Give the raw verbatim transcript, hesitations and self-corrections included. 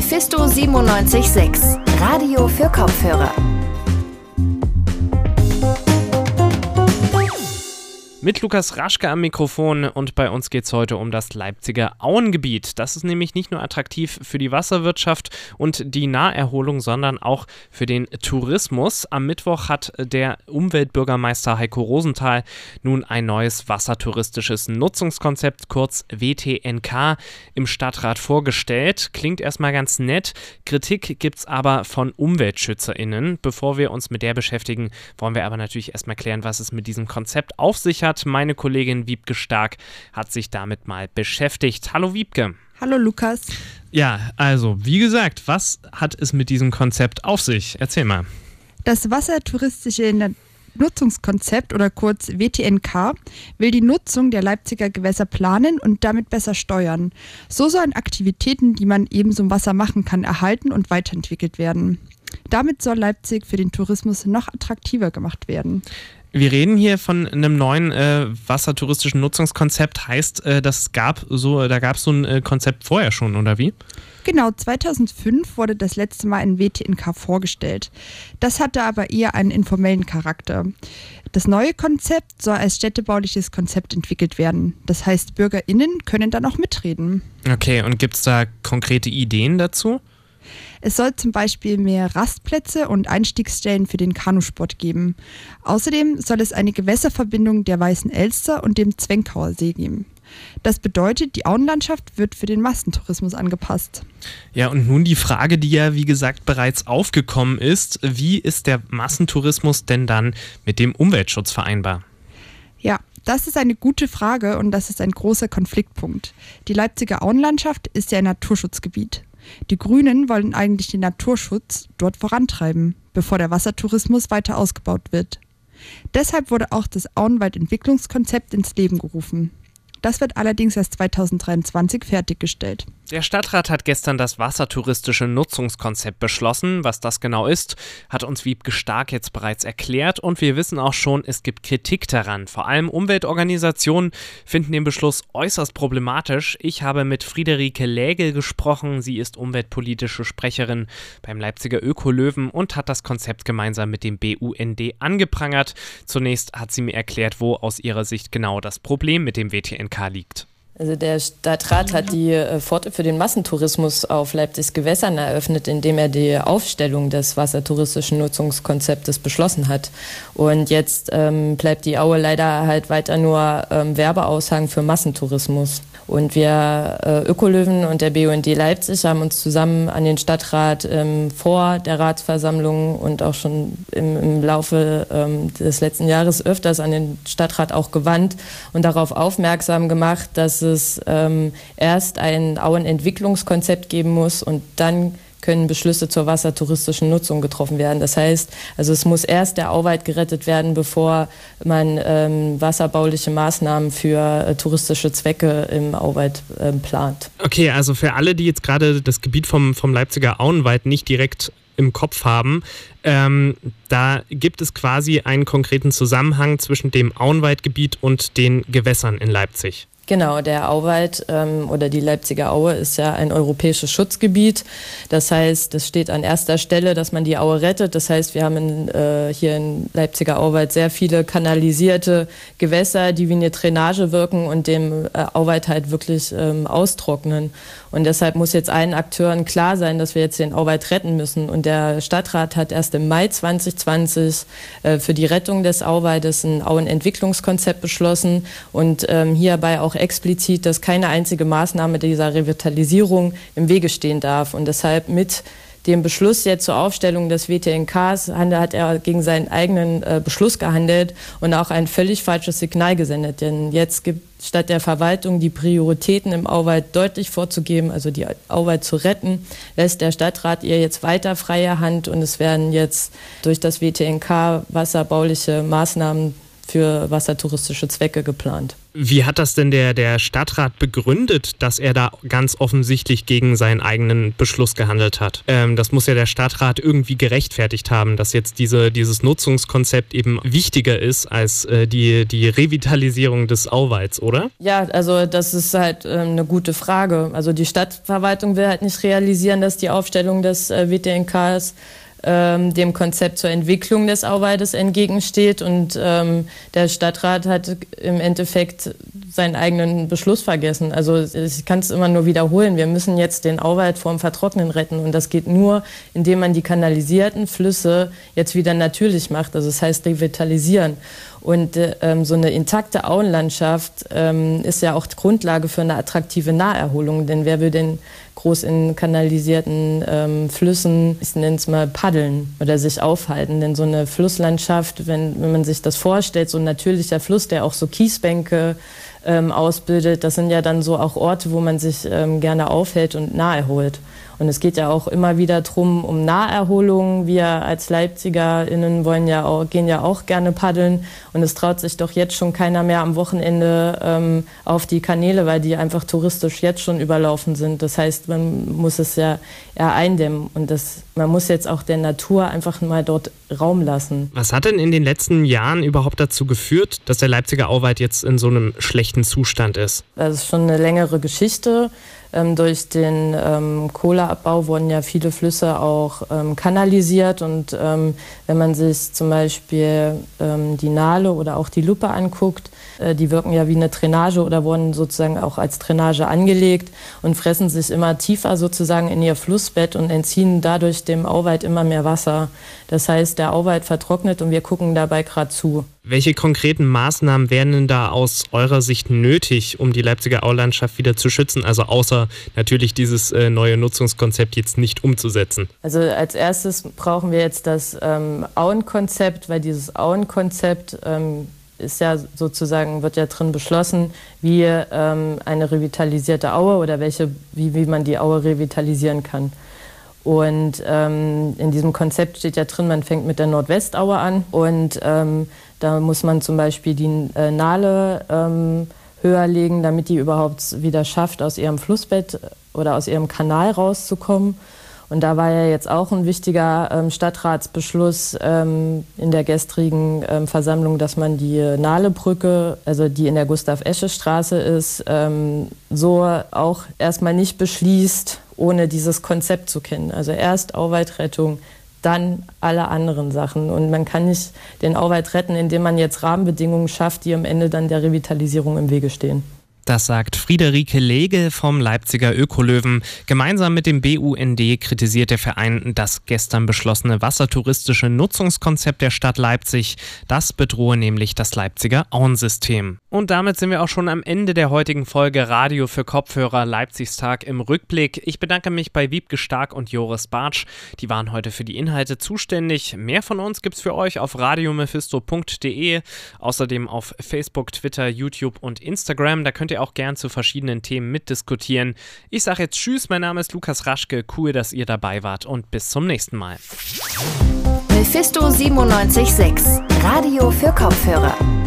Mephisto siebenundneunzig Komma sechs, Radio für Kopfhörer. Mit Lukas Raschke am Mikrofon und bei uns geht es heute um das Leipziger Auengebiet. Das ist nämlich nicht nur attraktiv für die Wasserwirtschaft und die Naherholung, sondern auch für den Tourismus. Am Mittwoch hat der Umweltbürgermeister Heiko Rosenthal nun ein neues wassertouristisches Nutzungskonzept, kurz W T N K, im Stadtrat vorgestellt. Klingt erstmal ganz nett, Kritik gibt es aber von UmweltschützerInnen. Bevor wir uns mit der beschäftigen, wollen wir aber natürlich erstmal klären, was es mit diesem Konzept auf sich hat. Meine Kollegin Wiebke Stark hat sich damit mal beschäftigt. Hallo Wiebke. Hallo Lukas. Ja, also wie gesagt, was hat es mit diesem Konzept auf sich? Erzähl mal. Das wassertouristische Nutzungskonzept oder kurz W T N K will die Nutzung der Leipziger Gewässer planen und damit besser steuern. So sollen Aktivitäten, die man ebenso im Wasser machen kann, erhalten und weiterentwickelt werden. Damit soll Leipzig für den Tourismus noch attraktiver gemacht werden. Wir reden hier von einem neuen äh, wassertouristischen Nutzungskonzept. Heißt, äh, das gab so, da gab es so ein äh, Konzept vorher schon, oder wie? Genau, zweitausendfünf wurde das letzte Mal ein W T N K vorgestellt. Das hatte aber eher einen informellen Charakter. Das neue Konzept soll als städtebauliches Konzept entwickelt werden. Das heißt, BürgerInnen können dann auch mitreden. Okay, und gibt es da konkrete Ideen dazu? Es soll zum Beispiel mehr Rastplätze und Einstiegsstellen für den Kanusport geben. Außerdem soll es eine Gewässerverbindung der Weißen Elster und dem Zwenkauer See geben. Das bedeutet, die Auenlandschaft wird für den Massentourismus angepasst. Ja, und nun die Frage, die ja wie gesagt bereits aufgekommen ist. Wie ist der Massentourismus denn dann mit dem Umweltschutz vereinbar? Ja, das ist eine gute Frage und das ist ein großer Konfliktpunkt. Die Leipziger Auenlandschaft ist ja ein Naturschutzgebiet. Die Grünen wollen eigentlich den Naturschutz dort vorantreiben, bevor der Wassertourismus weiter ausgebaut wird. Deshalb wurde auch das Auenwaldentwicklungskonzept ins Leben gerufen. Das wird allerdings erst zweitausenddreiundzwanzig fertiggestellt. Der Stadtrat hat gestern das wassertouristische Nutzungskonzept beschlossen. Was das genau ist, hat uns Wiebke Stark jetzt bereits erklärt. Und wir wissen auch schon, es gibt Kritik daran. Vor allem Umweltorganisationen finden den Beschluss äußerst problematisch. Ich habe mit Friederike Lägel gesprochen. Sie ist umweltpolitische Sprecherin beim Leipziger Ökolöwen und hat das Konzept gemeinsam mit dem B U N D angeprangert. Zunächst hat sie mir erklärt, wo aus ihrer Sicht genau das Problem mit dem W T N K liegt. Also der Stadtrat hat die äh, Pforte für den Massentourismus auf Leipzigs Gewässern eröffnet, indem er die Aufstellung des wassertouristischen Nutzungskonzeptes beschlossen hat. Und jetzt ähm, bleibt die Aue leider halt weiter nur ähm, Werbeaushang für Massentourismus. Und wir äh, Ökolöwen und der B U N D Leipzig haben uns zusammen an den Stadtrat ähm, vor der Ratsversammlung und auch schon im, im Laufe ähm, des letzten Jahres öfters an den Stadtrat auch gewandt und darauf aufmerksam gemacht, dass es ähm, erst ein Auenentwicklungskonzept geben muss und dann können Beschlüsse zur wassertouristischen Nutzung getroffen werden. Das heißt, also es muss erst der Auwald gerettet werden, bevor man ähm, wasserbauliche Maßnahmen für äh, touristische Zwecke im Auwald äh, plant. Okay, also für alle, die jetzt gerade das Gebiet vom, vom Leipziger Auenwald nicht direkt im Kopf haben, ähm, da gibt es quasi einen konkreten Zusammenhang zwischen dem Auenwaldgebiet und den Gewässern in Leipzig. Genau, der Auwald ähm, oder die Leipziger Aue ist ja ein europäisches Schutzgebiet. Das heißt, es steht an erster Stelle, dass man die Aue rettet. Das heißt, wir haben in, äh, hier im Leipziger Auwald sehr viele kanalisierte Gewässer, die wie eine Drainage wirken und dem äh, Auwald halt wirklich ähm, austrocknen. Und deshalb muss jetzt allen Akteuren klar sein, dass wir jetzt den Auwald retten müssen. Und der Stadtrat hat erst im Mai zwanzig zwanzig äh, für die Rettung des Auwaldes ein Auenentwicklungskonzept beschlossen und ähm, hierbei auch explizit, dass keine einzige Maßnahme dieser Revitalisierung im Wege stehen darf. Und deshalb mit dem Beschluss jetzt zur Aufstellung des W T N Ks hat er gegen seinen eigenen äh, Beschluss gehandelt und auch ein völlig falsches Signal gesendet. Denn jetzt gibt statt der Verwaltung die Prioritäten im Auwald deutlich vorzugeben, also die Auwald zu retten, lässt der Stadtrat ihr jetzt weiter freie Hand und es werden jetzt durch das W T N K wasserbauliche Maßnahmen für wassertouristische Zwecke geplant. Wie hat das denn der, der Stadtrat begründet, dass er da ganz offensichtlich gegen seinen eigenen Beschluss gehandelt hat? Ähm, das muss ja der Stadtrat irgendwie gerechtfertigt haben, dass jetzt diese, dieses Nutzungskonzept eben wichtiger ist als äh, die, die Revitalisierung des Auwalds, oder? Ja, also das ist halt äh, eine gute Frage. Also die Stadtverwaltung will halt nicht realisieren, dass die Aufstellung des äh, W T N Ks ähm, dem Konzept zur Entwicklung des Auwaldes entgegensteht und ähm, der Stadtrat hat im Endeffekt seinen eigenen Beschluss vergessen. Also ich kann es immer nur wiederholen, wir müssen jetzt den Auwald vorm Vertrocknen retten und das geht nur, indem man die kanalisierten Flüsse jetzt wieder natürlich macht, also das heißt revitalisieren. Und ähm, so eine intakte Auenlandschaft ähm, ist ja auch Grundlage für eine attraktive Naherholung, denn wer will denn groß in kanalisierten ähm, Flüssen, ich nenne es mal paddeln oder sich aufhalten, denn so eine Flusslandschaft, wenn, wenn man sich das vorstellt, so ein natürlicher Fluss, der auch so Kiesbänke ähm, ausbildet, das sind ja dann so auch Orte, wo man sich ähm, gerne aufhält und naherholt. Und es geht ja auch immer wieder drum um Naherholung. Wir als LeipzigerInnen wollen ja auch, gehen ja auch gerne paddeln. Und es traut sich doch jetzt schon keiner mehr am Wochenende ähm, auf die Kanäle, weil die einfach touristisch jetzt schon überlaufen sind. Das heißt, man muss es ja eher eindämmen. Und das, man muss jetzt auch der Natur einfach mal dort Raum lassen. Was hat denn in den letzten Jahren überhaupt dazu geführt, dass der Leipziger Auwald jetzt in so einem schlechten Zustand ist? Das ist schon eine längere Geschichte. Ähm, durch den ähm, Kohleabbau wurden ja viele Flüsse auch ähm, kanalisiert und ähm, wenn man sich zum Beispiel ähm, die Nahle oder auch die Luppe anguckt, äh, die wirken ja wie eine Drainage oder wurden sozusagen auch als Drainage angelegt und fressen sich immer tiefer sozusagen in ihr Flussbett und entziehen dadurch dem Auwald immer mehr Wasser. Das heißt, der Auwald vertrocknet und wir gucken dabei gerade zu. Welche konkreten Maßnahmen wären denn da aus eurer Sicht nötig, um die Leipziger Aulandschaft wieder zu schützen? Also außer natürlich dieses äh, neue Nutzungskonzept jetzt nicht umzusetzen. Also als erstes brauchen wir jetzt das ähm, Auenkonzept, weil dieses Auenkonzept ähm, ist ja sozusagen, wird ja drin beschlossen, wie ähm, eine revitalisierte Aue oder welche, wie, wie man die Aue revitalisieren kann. Und ähm, in diesem Konzept steht ja drin, man fängt mit der Nordwestaue an und ähm, da muss man zum Beispiel die äh, Nahle ähm, höher legen, damit die überhaupt wieder schafft, aus ihrem Flussbett oder aus ihrem Kanal rauszukommen. Und da war ja jetzt auch ein wichtiger ähm, Stadtratsbeschluss ähm, in der gestrigen ähm, Versammlung, dass man die Nahlebrücke, also die in der Gustav-Esche-Straße ist, ähm, so auch erstmal nicht beschließt, ohne dieses Konzept zu kennen. Also erst Auwaldrettung, dann alle anderen Sachen. Und man kann nicht den Auwald retten, indem man jetzt Rahmenbedingungen schafft, die am Ende dann der Revitalisierung im Wege stehen. Das sagt Friederike Lege vom Leipziger Ökolöwen. Gemeinsam mit dem B U N D kritisiert der Verein das gestern beschlossene wassertouristische Nutzungskonzept der Stadt Leipzig. Das bedrohe nämlich das Leipziger Auensystem. Und damit sind wir auch schon am Ende der heutigen Folge Radio für Kopfhörer Leipzigstag im Rückblick. Ich bedanke mich bei Wiebke Stark und Joris Bartsch. Die waren heute für die Inhalte zuständig. Mehr von uns gibt's für euch auf radio mephisto punkt de, außerdem auf Facebook, Twitter, YouTube und Instagram. Da könnt ihr auch gern zu verschiedenen Themen mitdiskutieren. Ich sage jetzt Tschüss, mein Name ist Lukas Raschke. Cool, dass ihr dabei wart und bis zum nächsten Mal. Mephisto siebenundneunzig Komma sechs, Radio für Kopfhörer.